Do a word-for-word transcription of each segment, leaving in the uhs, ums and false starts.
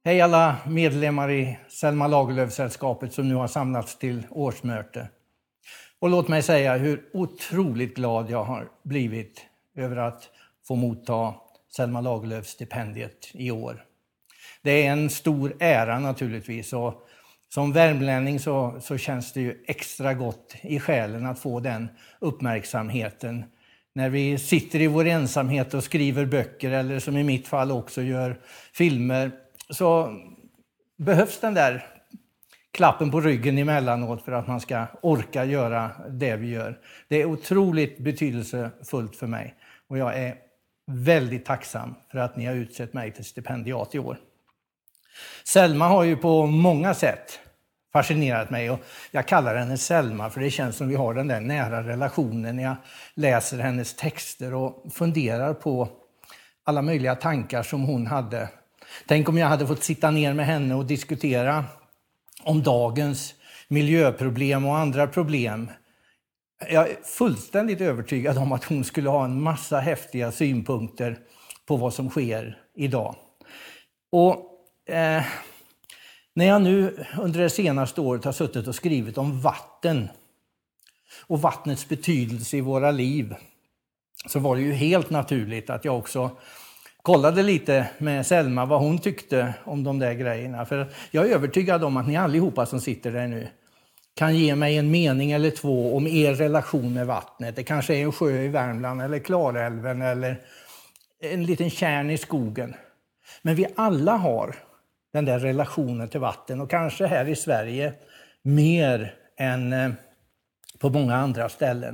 Hej alla medlemmar i Selma Lagerlöf-sällskapet som nu har samlats till årsmöte. Och låt mig säga hur otroligt glad jag har blivit över att få motta Selma Lagerlöf-stipendiet i år. Det är en stor ära naturligtvis, och som värmlänning så, så känns det ju extra gott i själen att få den uppmärksamheten. När vi sitter i vår ensamhet och skriver böcker, eller som i mitt fall också gör filmer, så behövs den där klappen på ryggen emellanåt för att man ska orka göra det vi gör. Det är otroligt betydelsefullt för mig, och jag är väldigt tacksam för att ni har utsett mig till stipendiat i år. Selma har ju på många sätt fascinerat mig, och jag kallar henne Selma för det känns som vi har den där nära relationen när jag läser hennes texter och funderar på alla möjliga tankar som hon hade. Tänk om jag hade fått sitta ner med henne och diskutera om dagens miljöproblem och andra problem. Jag är fullständigt övertygad om att hon skulle ha en massa häftiga synpunkter på vad som sker idag. Och eh, när jag nu under det senaste året har suttit och skrivit om vatten och vattnets betydelse i våra liv, så var det ju helt naturligt att jag också kollade lite med Selma vad hon tyckte om de där grejerna. För jag är övertygad om att ni allihopa som sitter där nu kan ge mig en mening eller två om er relation med vattnet. Det kanske är en sjö i Värmland eller Klarälven eller en liten kärn i skogen. Men vi alla har den där relationen till vatten, och kanske här i Sverige mer än på många andra ställen.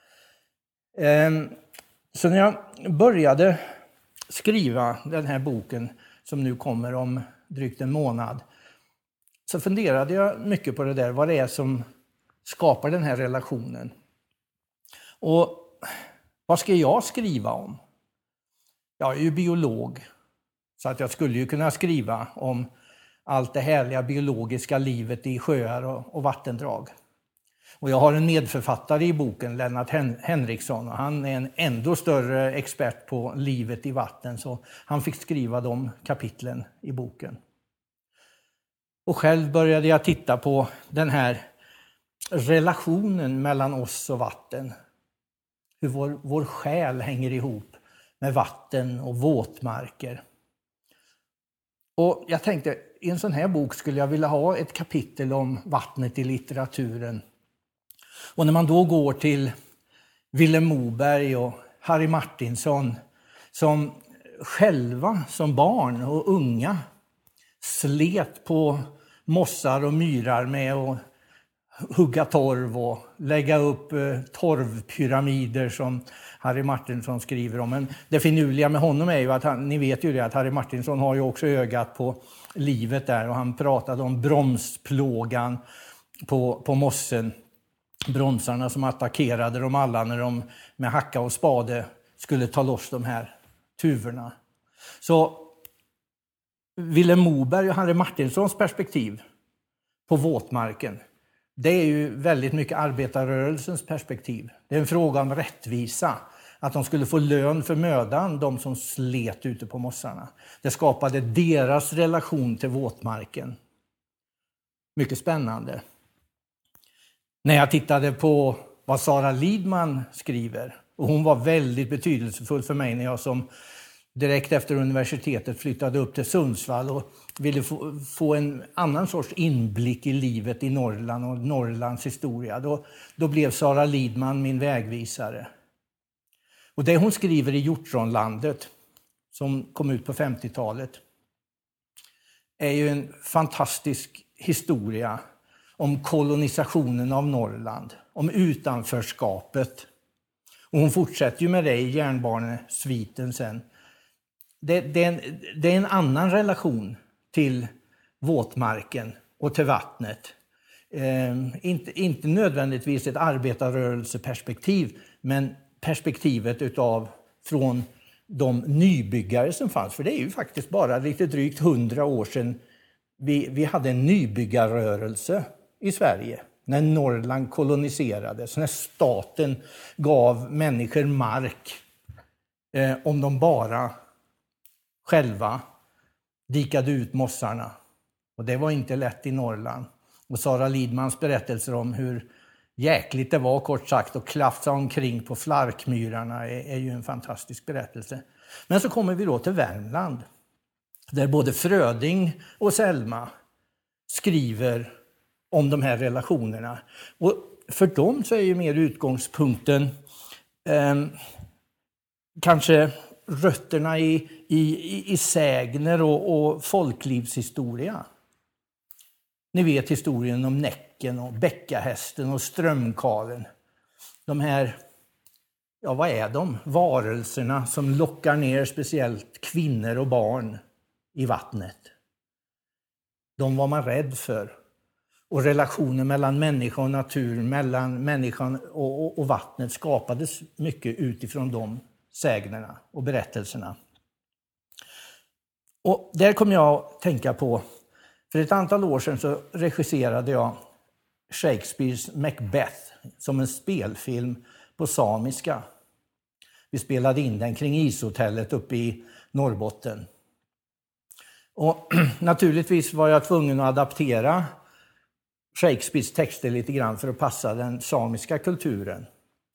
Så när jag började skriva den här boken som nu kommer om drygt en månad, så funderade jag mycket på det där, vad det är som skapar den här relationen. Och vad ska jag skriva om? Jag är ju biolog, så att jag skulle ju kunna skriva om allt det härliga biologiska livet i sjöar och, och vattendrag. Och jag har en medförfattare i boken, Lennart Hen- Henriksson, och han är en ändå större expert på livet i vatten, så han fick skriva de kapitlen i boken. Och själv började jag titta på den här relationen mellan oss och vatten. Hur vår, vår själ hänger ihop med vatten och våtmarker. Och jag tänkte, i en sån här bok skulle jag vilja ha ett kapitel om vattnet i litteraturen. Och när man då går till Vilhelm Moberg och Harry Martinson, som själva som barn och unga slet på mossar och myrar med att hugga torv och lägga upp torvpyramider som Harry Martinson skriver om. Men det finurliga med honom är ju att han, ni vet ju det, att Harry Martinson har ju också ögat på livet där, och han pratade om bromsplågan på, på mossen. Bromsarna som attackerade dem alla när de med hacka och spade skulle ta loss de här tuvorna. Så Vilhelm Moberg och Harry Martinsons perspektiv på våtmarken, det är ju väldigt mycket arbetarrörelsens perspektiv. Det är en fråga om rättvisa. Att de skulle få lön för mödan, de som slet ute på mossarna. Det skapade deras relation till våtmarken. Mycket spännande. När jag tittade på vad Sara Lidman skriver, och hon var väldigt betydelsefull för mig när jag som direkt efter universitetet flyttade upp till Sundsvall och ville få, få en annan sorts inblick i livet i Norrland och Norrlands historia. Då, då blev Sara Lidman min vägvisare. Och det hon skriver i Hjortronlandet, som kom ut på femtiotalet, är ju en fantastisk historia om kolonisationen av Norrland, om utanförskapet. Och hon fortsätter ju med det i Järnbarnesviten sen. Det, det, är en, det är en annan relation till våtmarken och till vattnet. Eh, inte, inte nödvändigtvis ett arbetarrörelseperspektiv, men perspektivet utav från de nybyggare som fanns. För det är ju faktiskt bara lite drygt hundra år sedan vi, vi hade en nybyggarrörelse i Sverige. När Norrland koloniserades, när staten gav människor mark eh, om de bara själva dikade ut mossarna. Och det var inte lätt i Norrland. Och Sara Lidmans berättelser om hur jäkligt det var, kort sagt, att klafsa omkring på flarkmyrarna är, är ju en fantastisk berättelse. Men så kommer vi då till Värmland, där både Fröding och Selma skriver om de här relationerna. Och för dem så är ju mer utgångspunkten eh, kanske rötterna i, i, i sägner och, och folklivshistoria. Ni vet historien om Näcken och Bäckahästen och Strömkaren. De här, ja vad är de? Varelserna som lockar ner speciellt kvinnor och barn i vattnet. De var man rädd för. Och relationen mellan människa och natur, mellan människan och, och, och vattnet skapades mycket utifrån de sägnerna och berättelserna. Och där kom jag att tänka på, för ett antal år sedan så regisserade jag Shakespeares Macbeth som en spelfilm på samiska. Vi spelade in den kring ishotellet uppe i Norrbotten. Och naturligtvis var jag tvungen att adaptera Shakespeares texter lite grann för att passa den samiska kulturen.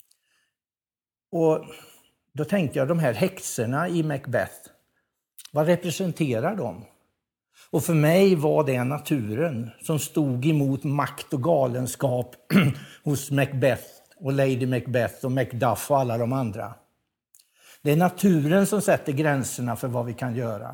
Och då tänkte jag, de här häxorna i Macbeth, vad representerar de? Och för mig var det naturen som stod emot makt och galenskap hos Macbeth och Lady Macbeth och Macduff och alla de andra. Det är naturen som sätter gränserna för vad vi kan göra.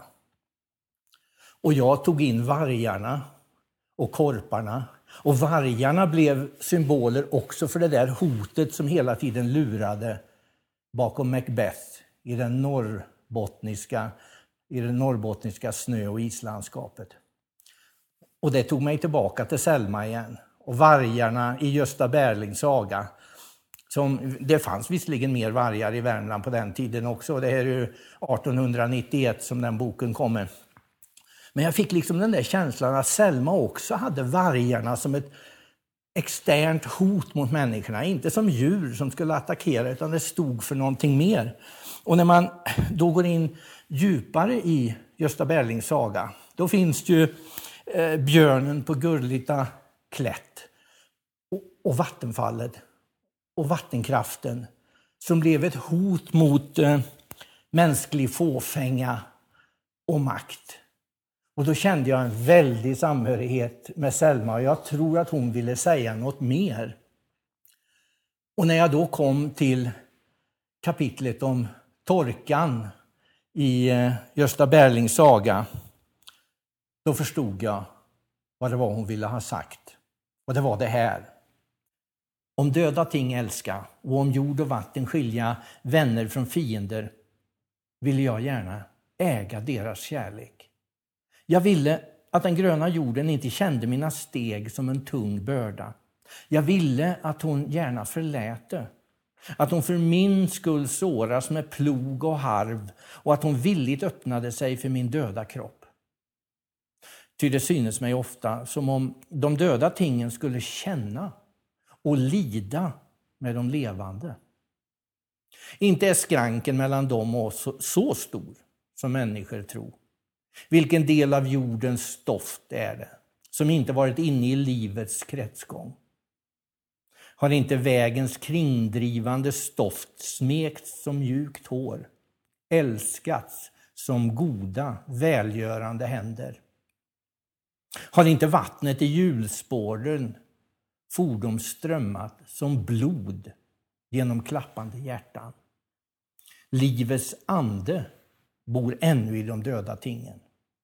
Och jag tog in vargarna och korparna. Och vargarna blev symboler också för det där hotet som hela tiden lurade bakom Macbeth i den norrbottniska, i det norrbottniska snö- och islandskapet. Och det tog mig tillbaka till Selma igen. Och vargarna i Gösta Berlings saga. Som, det fanns visserligen mer vargar i Värmland på den tiden också. Det här är ju arton nittioett som den boken kommer. Men jag fick liksom den där känslan att Selma också hade vargarna som ett externt hot mot människorna. Inte som djur som skulle attackera, utan det stod för någonting mer. Och när man då går in djupare i Gösta Berlings saga, då finns det ju eh, björnen på Gurlita klätt och, och vattenfallet och vattenkraften som blev ett hot mot eh, mänsklig fåfänga och makt. Och då kände jag en väldig samhörighet med Selma och jag tror att hon ville säga något mer. Och när jag då kom till kapitlet om torkan i Gösta Berlings saga, då förstod jag vad det var hon ville ha sagt. Och det var det här. Om döda ting älska och om jord och vatten skilja vänner från fiender ville jag gärna äga deras kärlek. Jag ville att den gröna jorden inte kände mina steg som en tung börda. Jag ville att hon gärna förläte. Att hon för min skull såras med plog och harv och att hon villigt öppnade sig för min döda kropp. Ty det synes mig ofta som om de döda tingen skulle känna och lida med de levande. Inte är skranken mellan dem och oss så stor som människor tror. Vilken del av jordens stoft är det som inte varit inne i livets kretsgång? Har inte vägens kringdrivande stoft smekts som mjukt hår, älskats som goda, välgörande händer? Har inte vattnet i hjulspåren fordom strömmat som blod genom klappande hjärtan? Livets ande bor ännu i de döda tingen.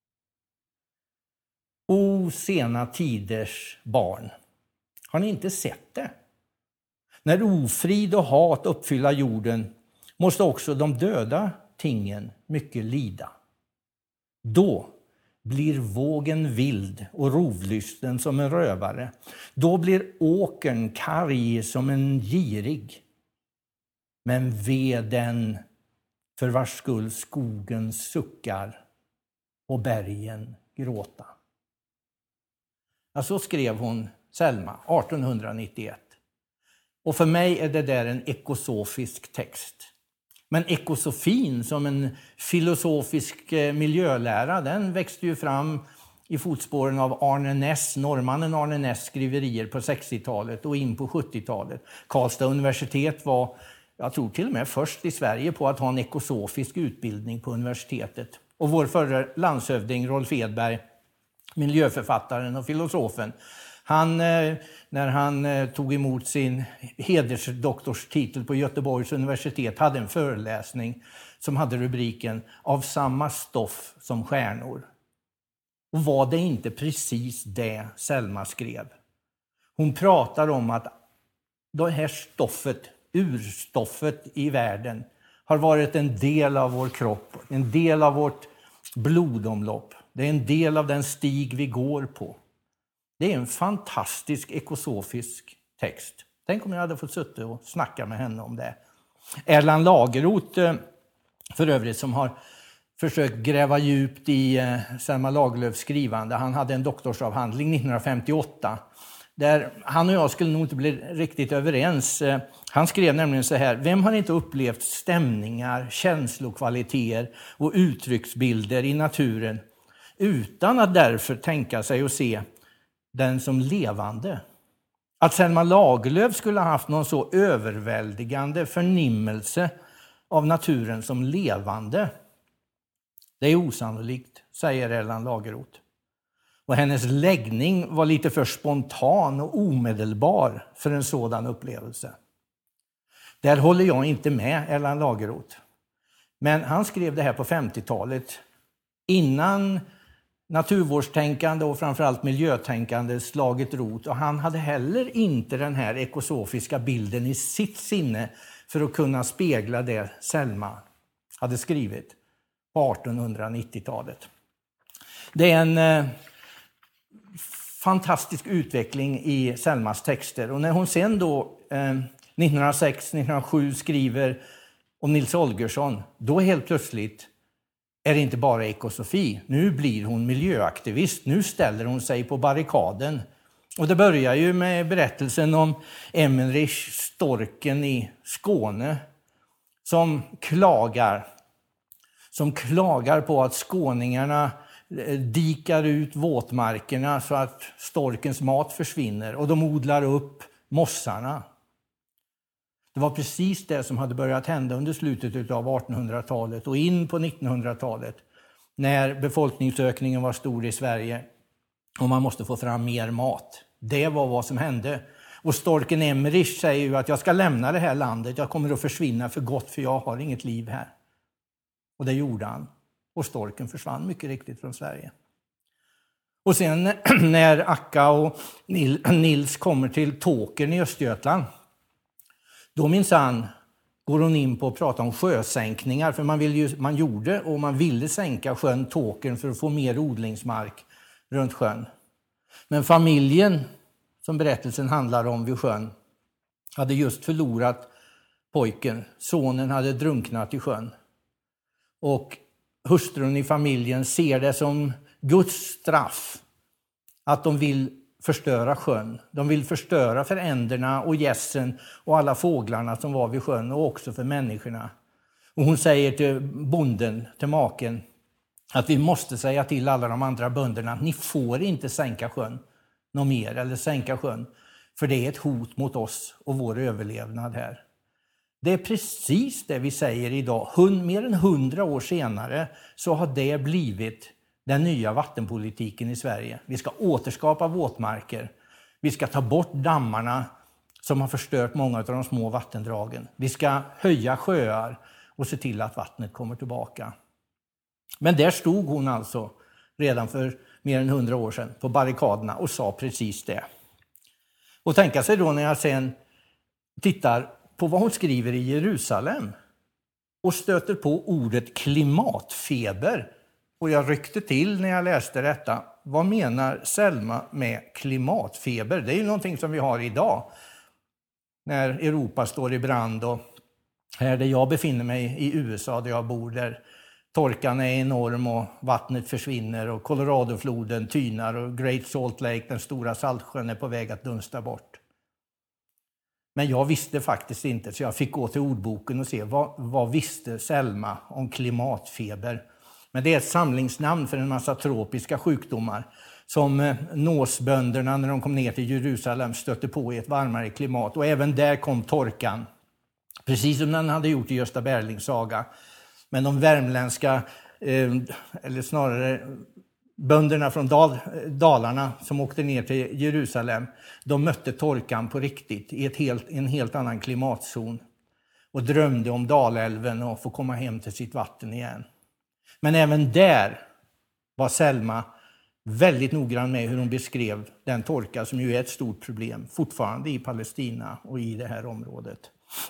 O sena tiders barn, har ni inte sett det? När ofrid och hat uppfyller jorden måste också de döda tingen mycket lida. Då blir vågen vild och rovlysten som en rövare. Då blir åkern karg som en girig. Men ve den för vars skull skogen suckar och bergen gråta. Ja, så skrev hon Selma arton nittioett. Och för mig är det där en ekosofisk text. Men ekosofin som en filosofisk miljölära, den växte ju fram i fotspåren av Arne Näss, norrmannen Arne Näss skriverier på sextiotalet och in på sjuttiotalet. Karlstad universitet var, jag tror till och med först i Sverige på att ha en ekosofisk utbildning på universitetet. Och vår förre landshövding Rolf Edberg, miljöförfattaren och filosofen, han, när han tog emot sin hedersdoktorstitel på Göteborgs universitet, hade en föreläsning som hade rubriken "Av samma stoff som stjärnor". Och var det inte precis det Selma skrev? Hon pratar om att det här stoffet, urstoffet i världen, har varit en del av vår kropp, en del av vårt blodomlopp. Det är en del av den stig vi går på. Det är en fantastisk ekosofisk text. Tänk om jag hade fått sitta och snacka med henne om det. Erland Lagerroth, för övrigt, som har försökt gräva djupt i Selma Lagerlöfs skrivande. Han hade en doktorsavhandling nittonhundrafemtioåtta. Där han och jag skulle nog inte bli riktigt överens. Han skrev nämligen så här: vem har inte upplevt stämningar, känslokvaliteter och uttrycksbilder i naturen utan att därför tänka sig och se den som levande? Att Selma Lagerlöf skulle ha haft någon så överväldigande förnimmelse av naturen som levande, det är osannolikt, säger Erland Lagerroth. Och hennes läggning var lite för spontan och omedelbar för en sådan upplevelse. Där håller jag inte med Erland Lagerroth. Men han skrev det här på femtiotalet, innan naturvårdstänkande och framförallt miljötänkande slagit rot. Och han hade heller inte den här ekosofiska bilden i sitt sinne för att kunna spegla det Selma hade skrivit på artonhundranittiotalet. Det är en eh, fantastisk utveckling i Selmas texter. Och när hon sen då eh, nittonhundrasex nittonhundrasju skriver om Nils Holgersson, då helt plötsligt är det inte bara ekosofi. Nu blir hon miljöaktivist. Nu ställer hon sig på barrikaden. Och det börjar ju med berättelsen om Emmerich, storken i Skåne, som klagar. Som klagar på att skåningarna dikar ut våtmarkerna så att storkens mat försvinner. Och de odlar upp mossarna. Det var precis det som hade börjat hända under slutet av artonhundratalet och in på nittonhundratalet. När befolkningsökningen var stor i Sverige och man måste få fram mer mat. Det var vad som hände. Och storken Emmerich säger ju att jag ska lämna det här landet. Jag kommer att försvinna för gott för jag har inget liv här. Och det gjorde han. Och storken försvann mycket riktigt från Sverige. Och sen när Akka och Nils kommer till Tåkern i Östergötland, då minsann går hon in på att prata om sjösänkningar. För man, vill ju, man gjorde och man ville sänka sjön Tåkern för att få mer odlingsmark runt sjön. Men familjen som berättelsen handlar om vid sjön hade just förlorat pojken. Sonen hade drunknat i sjön. Och hustrun i familjen ser det som Guds straff att de vill förstöra sjön. De vill förstöra för änderna och gässen och alla fåglarna som var vid sjön och också för människorna. Och hon säger till bonden, till maken, att vi måste säga till alla de andra bönderna att ni får inte sänka sjön något mer eller sänka sjön. För det är ett hot mot oss och vår överlevnad här. Det är precis det vi säger idag. Hund, mer än hundra år senare så har det blivit den nya vattenpolitiken i Sverige. Vi ska återskapa våtmarker. Vi ska ta bort dammarna som har förstört många av de små vattendragen. Vi ska höja sjöar och se till att vattnet kommer tillbaka. Men där stod hon alltså redan för mer än hundra år sedan på barrikaderna och sa precis det. Och tänka sig då när jag sen tittar på vad hon skriver i Jerusalem och stöter på ordet klimatfeber. Och jag ryckte till när jag läste detta. Vad menar Selma med klimatfeber? Det är ju någonting som vi har idag. När Europa står i brand och här där jag befinner mig i U S A där jag bor, där torkan är enorm och vattnet försvinner och Coloradofloden tynar och Great Salt Lake, den stora saltsjön, är på väg att dunsta bort. Men jag visste faktiskt inte, så jag fick gå till ordboken och se vad, vad visste Selma om klimatfeber. Men det är ett samlingsnamn för en massa tropiska sjukdomar som nåsbönderna när de kom ner till Jerusalem stötte på i ett varmare klimat. Och även där kom torkan, precis som den hade gjort i Gösta Berlings saga. Men de värmländska, eh, eller snarare bönderna från Dal, Dalarna som åkte ner till Jerusalem, de mötte torkan på riktigt i ett helt, en helt annan klimatzon. Och drömde om Dalälven och få komma hem till sitt vatten igen. Men även där var Selma väldigt noggrann med hur hon beskrev den torka som ju är ett stort problem fortfarande i Palestina och i det här området.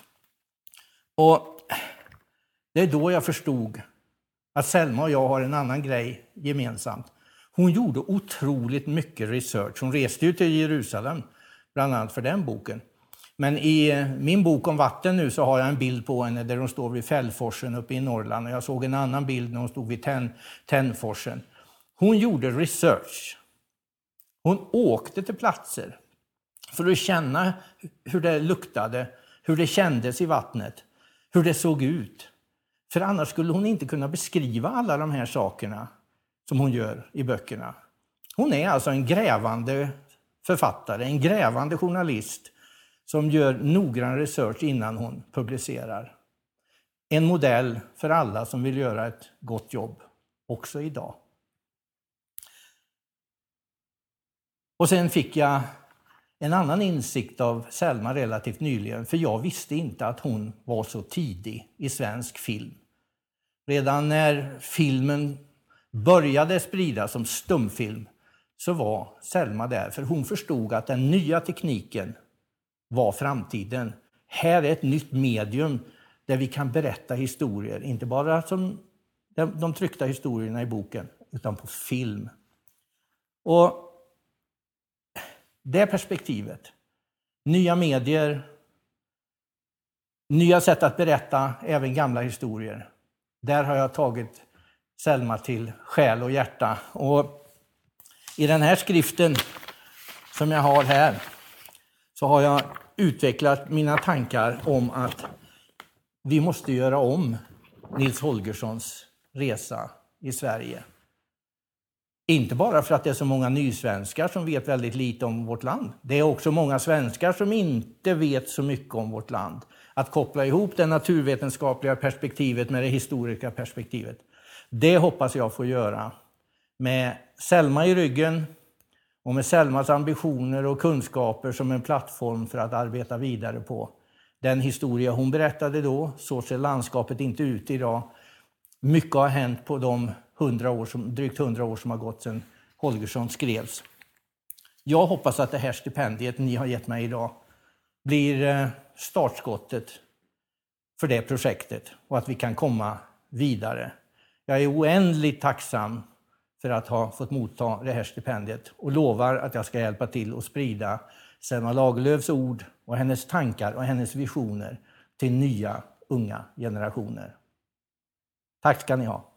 Och det är då jag förstod att Selma och jag har en annan grej gemensamt. Hon gjorde otroligt mycket research. Hon reste ju till Jerusalem, bland annat för den boken. Men i min bok om vatten nu så har jag en bild på henne där hon står vid Fällforsen uppe i Norrland. Och jag såg en annan bild när hon stod vid Tenn, Tennforsen. Hon gjorde research. Hon åkte till platser för att känna hur det luktade, hur det kändes i vattnet, hur det såg ut. För annars skulle hon inte kunna beskriva alla de här sakerna som hon gör i böckerna. Hon är alltså en grävande författare, en grävande journalist som gör noggrann research innan hon publicerar. En modell för alla som vill göra ett gott jobb, också idag. Och sen fick jag en annan insikt av Selma relativt nyligen, för jag visste inte att hon var så tidig i svensk film. Redan när filmen började spridas som stumfilm så var Selma där, för hon förstod att den nya tekniken var framtiden. Här är ett nytt medium där vi kan berätta historier, inte bara som de tryckta historierna i boken, utan på film. Och det perspektivet, nya medier, nya sätt att berätta även gamla historier, där har jag tagit Selma till själ och hjärta. Och i den här skriften som jag har här så har jag utvecklat mina tankar om att vi måste göra om Nils Holgerssons resa i Sverige. Inte bara för att det är så många nysvenskar som vet väldigt lite om vårt land. Det är också många svenskar som inte vet så mycket om vårt land. Att koppla ihop det naturvetenskapliga perspektivet med det historiska perspektivet. Det hoppas jag få göra med Selma i ryggen och med Selmas ambitioner och kunskaper som en plattform för att arbeta vidare på. Den historia hon berättade då, så ser landskapet inte ut idag. Mycket har hänt på de hundra år som, drygt hundra år som har gått sedan Holgersson skrevs. Jag hoppas att det här stipendiet ni har gett mig idag blir startskottet för det projektet och att vi kan komma vidare. Jag är oändligt tacksam för att ha fått motta det här stipendiet och lovar att jag ska hjälpa till att sprida Selma Lagerlöfs ord och hennes tankar och hennes visioner till nya unga generationer. Tack ska ni ha.